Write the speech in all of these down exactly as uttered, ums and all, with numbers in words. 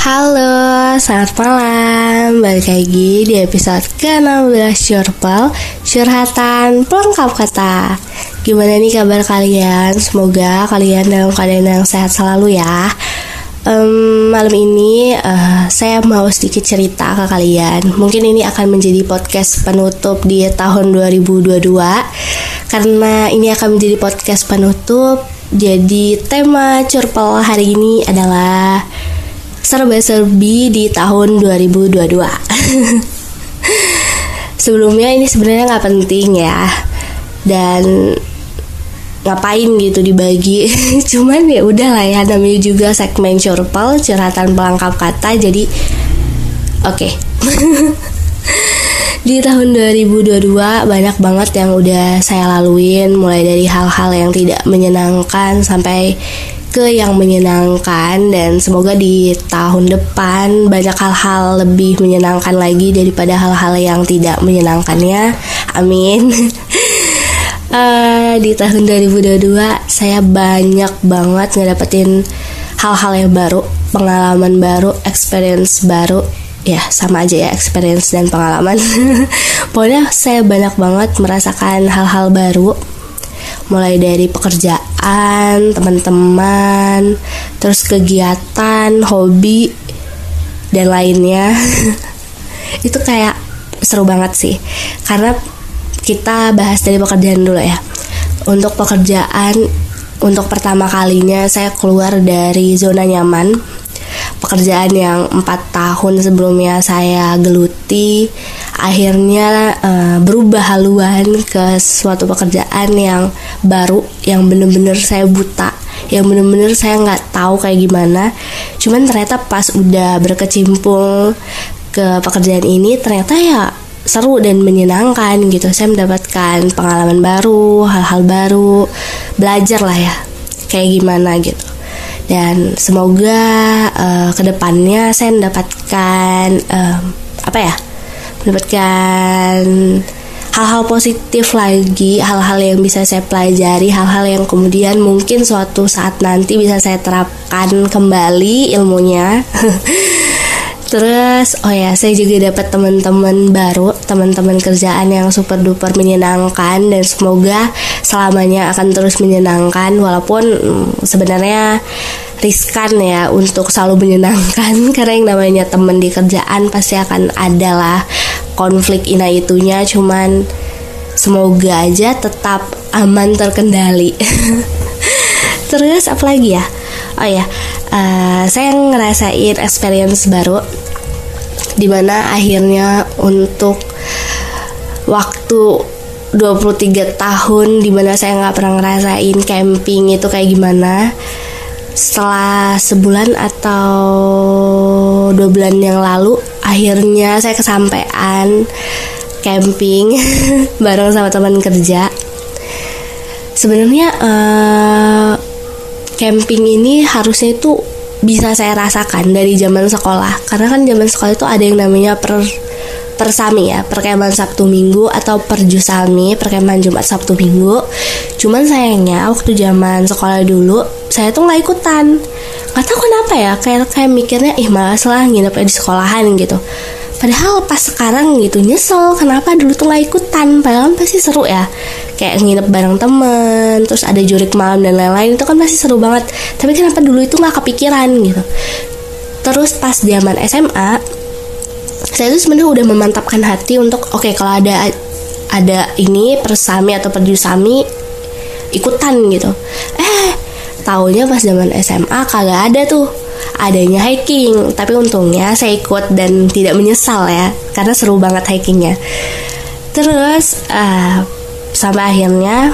Halo, selamat malam. Balik lagi di episode ke enam belas Curpel, curhatan pelengkap kata. Gimana nih kabar kalian? Semoga kalian dalam keadaan yang sehat selalu ya. um, Malam ini uh, saya mau sedikit cerita ke kalian. Mungkin ini akan menjadi podcast penutup di tahun dua ribu dua puluh dua. Karena ini akan menjadi podcast penutup, jadi tema Curpel hari ini adalah serba-serbi di tahun dua ribu dua puluh dua. Sebelumnya ini sebenarnya gak penting ya, dan ngapain gitu dibagi. Cuman ya udah lah ya, namanya juga segmen Curpel, curhatan pelengkap kata. Jadi oke okay. Di tahun dua ribu dua puluh dua banyak banget yang udah saya laluin, mulai dari hal-hal yang tidak menyenangkan sampai ke yang menyenangkan, dan semoga di tahun depan banyak hal-hal lebih menyenangkan lagi daripada hal-hal yang tidak menyenangkannya. Amin. uh, Di tahun dua ribu dua puluh dua saya banyak banget ngedapetin hal-hal yang baru, pengalaman baru, experience baru. Ya sama aja ya, experience dan pengalaman. Pokoknya saya banyak banget merasakan hal-hal baru, mulai dari pekerjaan, teman-teman, terus kegiatan, hobi, dan lainnya. Itu kayak seru banget sih. Karena kita bahas dari pekerjaan dulu ya. Untuk pekerjaan, untuk pertama kalinya saya keluar dari zona nyaman. Pekerjaan yang empat tahun sebelumnya saya geluti, akhirnya uh, berubah haluan ke suatu pekerjaan yang baru, yang bener-bener saya buta, yang bener-bener saya nggak tahu kayak gimana. Cuman ternyata pas udah berkecimpung ke pekerjaan ini, ternyata ya seru dan menyenangkan gitu. Saya mendapatkan pengalaman baru, hal-hal baru, belajar lah ya kayak gimana gitu. Dan semoga uh, kedepannya saya mendapatkan um, apa ya, mendapatkan hal-hal positif lagi, hal-hal yang bisa saya pelajari, hal-hal yang kemudian mungkin suatu saat nanti bisa saya terapkan kembali ilmunya. Terus, oh ya, saya juga dapat teman-teman baru, teman-teman kerjaan yang super duper menyenangkan, dan semoga selamanya akan terus menyenangkan, walaupun mm, sebenarnya riskan ya untuk selalu menyenangkan. Karena yang namanya teman di kerjaan pasti akan ada lah konflik ina itunya, cuman semoga aja tetap aman, terkendali. Terus apa lagi ya? Oh ya, uh, saya ngerasain experience baru, dimana akhirnya untuk waktu dua puluh tiga tahun dimana saya gak pernah ngerasain camping itu kayak gimana, setelah sebulan atau dua bulan yang lalu akhirnya saya kesampaian camping bareng sama teman kerja. Sebenarnya uh, camping ini harusnya itu bisa saya rasakan dari zaman sekolah, karena kan zaman sekolah itu ada yang namanya per persami ya, perkemahan Sabtu Minggu, atau perjusami, perkemahan Jumat Sabtu Minggu. Cuman sayangnya waktu zaman sekolah dulu saya tuh nggak ikutan, nggak tahu kenapa ya, kayak kayak mikirnya ih malas lah nginep di sekolahan gitu. Padahal pas sekarang gitu nyesel kenapa dulu tuh gak ikutan. Padahal pasti seru ya, kayak nginep bareng temen, terus ada jurik malam dan lain-lain, itu kan pasti seru banget. Tapi kenapa dulu itu gak kepikiran gitu. Terus pas zaman S M A, saya tuh sebenarnya udah memantapkan hati untuk oke okay, kalau ada ada ini persami atau perjusami ikutan gitu. Eh taunya pas zaman S M A kagak ada tuh, adanya hiking. Tapi untungnya saya ikut dan tidak menyesal ya, karena seru banget hikingnya. Terus uh, sampai akhirnya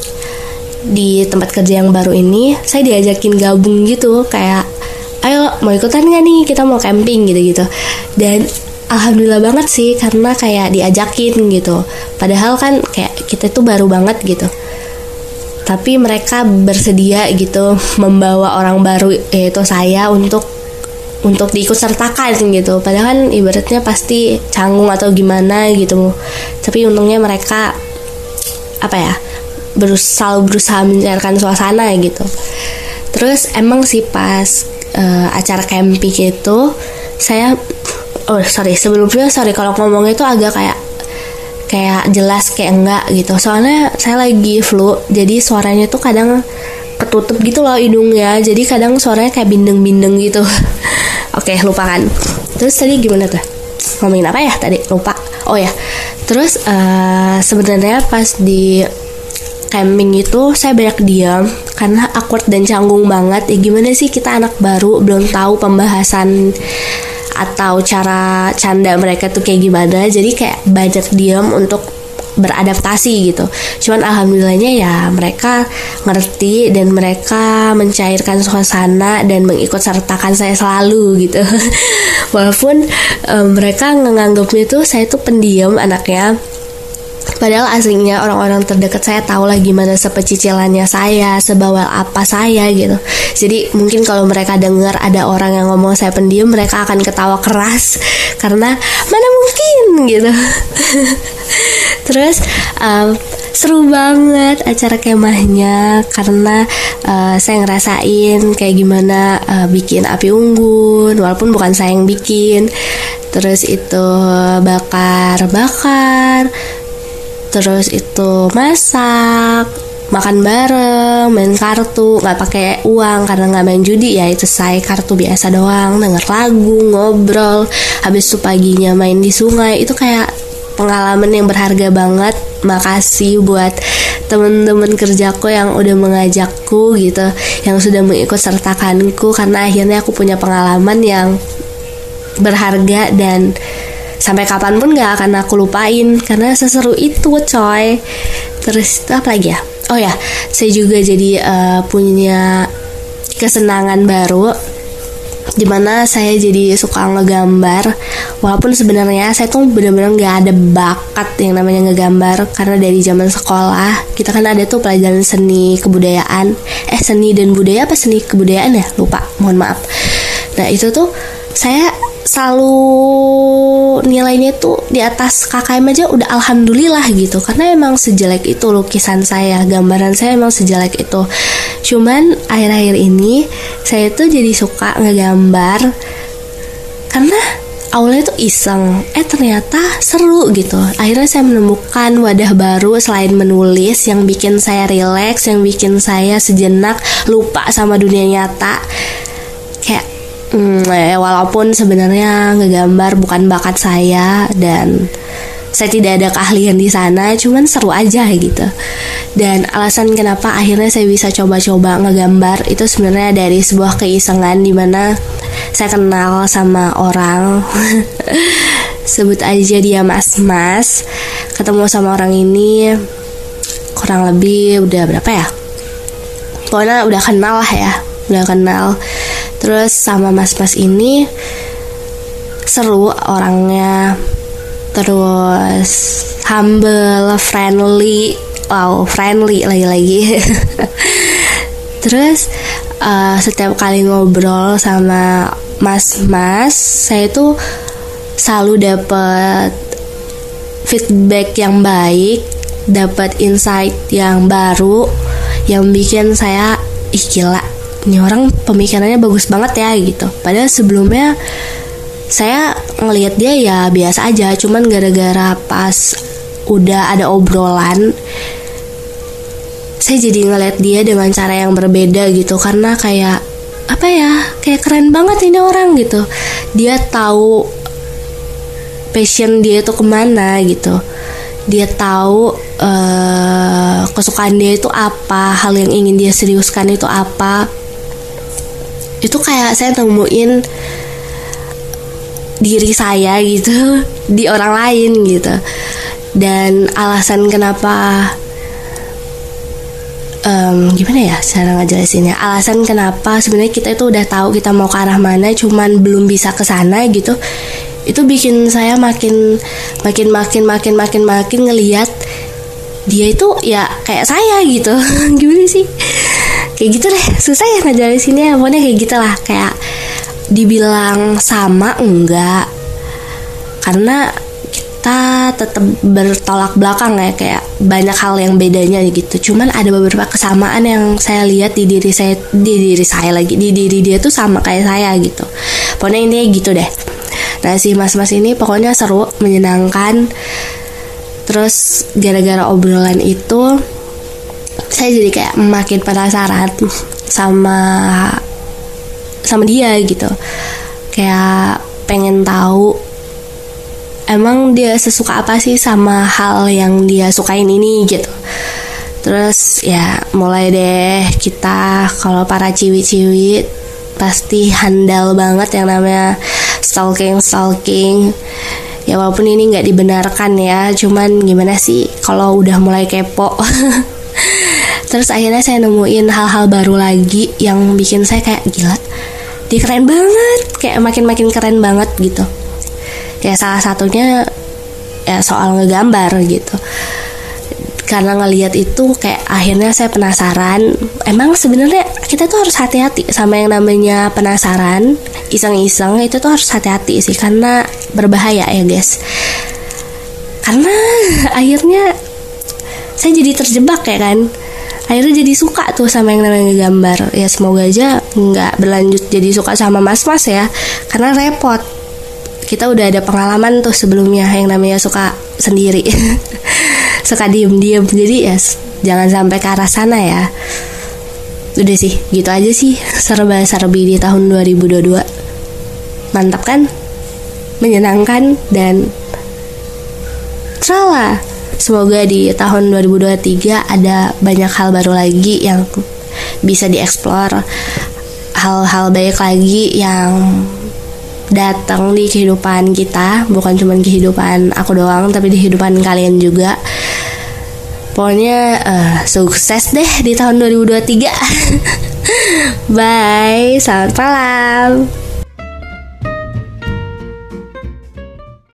di tempat kerja yang baru ini saya diajakin gabung gitu, kayak ayo mau ikutan gak nih, kita mau camping gitu-gitu. Dan alhamdulillah banget sih, karena kayak diajakin gitu, padahal kan kayak kita tuh baru banget gitu, tapi mereka bersedia gitu membawa orang baru, yaitu saya, untuk untuk diikut sertakan gitu. Padahal kan ibaratnya pasti canggung atau gimana gitu. Tapi untungnya mereka apa ya, berusaha berusaha mencairkan suasana gitu. Terus emang sih pas uh, acara camping itu saya oh sorry sebelumnya sorry kalau ngomongnya itu agak kayak kayak jelas kayak enggak gitu, soalnya saya lagi flu jadi suaranya tuh kadang ketutup gitu loh hidungnya, jadi kadang suaranya kayak bindeng-bindeng gitu. Oke, lupakan. Terus tadi gimana tuh? Ngomongin apa ya tadi? Lupa. Oh ya. Terus uh, sebenarnya pas di camping itu saya banyak diam karena awkward dan canggung banget. Ya gimana sih kita anak baru belum tahu pembahasan atau cara canda mereka tuh kayak gimana. Jadi kayak banyak diam untuk beradaptasi gitu. Cuman alhamdulillahnya ya mereka ngerti dan mereka mencairkan suasana dan mengikut sertakan saya selalu gitu. Walaupun um, mereka nganggapnya tuh saya tuh pendiam anaknya, padahal aslinya orang-orang terdekat saya tahu lah gimana sepecicilannya saya, sebawel apa saya gitu. Jadi mungkin kalau mereka dengar ada orang yang ngomong saya pendiam, mereka akan ketawa keras karena mana mungkin gitu. Terus um, seru banget acara kemahnya karena uh, saya ngerasain kayak gimana uh, bikin api unggun walaupun bukan saya yang bikin. Terus itu bakar-bakar, terus itu masak, makan bareng, main kartu, nggak pakai uang karena nggak main judi ya, itu saya kartu biasa doang, denger lagu, ngobrol, habis itu paginya main di sungai. Itu kayak pengalaman yang berharga banget. Makasih buat temen-temen kerjaku yang udah mengajakku gitu, yang sudah mengikut sertakanku, karena akhirnya aku punya pengalaman yang berharga dan sampai kapanpun gak akan aku lupain karena seseru itu coy. Terus itu apa lagi ya? Oh ya, saya juga jadi uh, punya kesenangan baru dimana saya jadi suka ngegambar. Walaupun sebenarnya saya tuh benar-benar nggak ada bakat yang namanya ngegambar, karena dari zaman sekolah kita kan ada tuh pelajaran seni kebudayaan, eh seni dan budaya apa seni kebudayaan ya, lupa, mohon maaf. Nah itu tuh saya selalu nilainya tuh di atas K K M aja udah alhamdulillah gitu, karena emang sejelek itu lukisan saya, gambaran saya emang sejelek itu. Cuman akhir-akhir ini saya tuh jadi suka ngegambar karena awalnya tuh iseng, eh ternyata seru gitu. Akhirnya saya menemukan wadah baru selain menulis yang bikin saya rileks, yang bikin saya sejenak lupa sama dunia nyata. Kayak hmm, eh, walaupun sebenarnya ngegambar bukan bakat saya dan saya tidak ada keahlian di sana, cuman seru aja gitu. Dan alasan kenapa akhirnya saya bisa coba-coba ngegambar itu sebenarnya dari sebuah keisengan dimana saya kenal sama orang sebut aja dia Mas-Mas. Ketemu sama orang ini kurang lebih udah berapa ya, pokoknya udah kenal lah ya, udah kenal. Terus sama Mas-Mas ini seru orangnya, terus humble, friendly, wow friendly lagi-lagi. Terus uh, setiap kali ngobrol sama Mas-Mas, saya tuh selalu dapat feedback yang baik, dapat insight yang baru, yang bikin saya ih gila, ini orang pemikirannya bagus banget ya gitu. Padahal sebelumnya saya ngelihat dia ya biasa aja, cuman gara-gara pas udah ada obrolan saya jadi ngeliat dia dengan cara yang berbeda gitu, karena kayak apa ya, kayak keren banget ini orang gitu. Dia tahu passion dia itu kemana gitu, dia tahu uh, kesukaan dia itu apa, hal yang ingin dia seriuskan itu apa. Itu kayak saya nemuin diri saya gitu di orang lain gitu. Dan alasan kenapa um, gimana ya cara ngejelasinnya, alasan kenapa sebenarnya kita itu udah tahu kita mau ke arah mana, cuman belum bisa ke sana gitu, itu bikin saya makin makin makin makin makin makin ngelihat dia itu ya kayak saya gitu. Gimana sih, kayak gitu deh, susah ya ngejelasinnya, pokoknya kayak gitulah. Kayak dibilang sama enggak, karena kita tetap bertolak belakang ya, kayak banyak hal yang bedanya gitu. Cuman ada beberapa kesamaan yang saya lihat di diri saya, di diri saya lagi, di diri dia tuh sama kayak saya gitu. Pokoknya intinya gitu deh. Nah si mas-mas ini pokoknya seru, menyenangkan. Terus gara-gara obrolan itu saya jadi kayak makin penasaran sama sama dia gitu. Kayak pengen tahu emang dia sesuka apa sih sama hal yang dia sukain ini gitu. Terus ya mulai deh kita, kalau para ciwi-ciwi pasti handal banget yang namanya stalking-stalking. Ya walaupun ini gak dibenarkan ya, cuman gimana sih kalau udah mulai kepo. Terus akhirnya saya nemuin hal-hal baru lagi yang bikin saya kayak gila, dia keren banget, kayak makin-makin keren banget gitu. Ya salah satunya ya soal ngegambar gitu. Karena ngelihat itu kayak akhirnya saya penasaran. Emang sebenarnya kita tuh harus hati-hati sama yang namanya penasaran, iseng-iseng itu tuh harus hati-hati sih, karena berbahaya ya guys. Karena akhirnya saya jadi terjebak ya kan. Akhirnya jadi suka tuh sama yang namanya ngegambar. Ya semoga aja nggak berlanjut jadi suka sama mas-mas ya, karena repot. Kita udah ada pengalaman tuh sebelumnya yang namanya suka sendiri. Suka diem-diem. Jadi ya jangan sampai ke arah sana ya. Udah sih, gitu aja sih serba-serbi di tahun dua ribu dua puluh dua. Mantap kan? Menyenangkan dan trala. Semoga di tahun dua ribu dua puluh tiga ada banyak hal baru lagi yang bisa dieksplor. Hal-hal baik lagi yang datang di kehidupan kita, bukan cuma kehidupan aku doang, tapi di kehidupan kalian juga. Pokoknya uh, sukses deh di tahun dua ribu dua puluh tiga. Bye, selamat malam.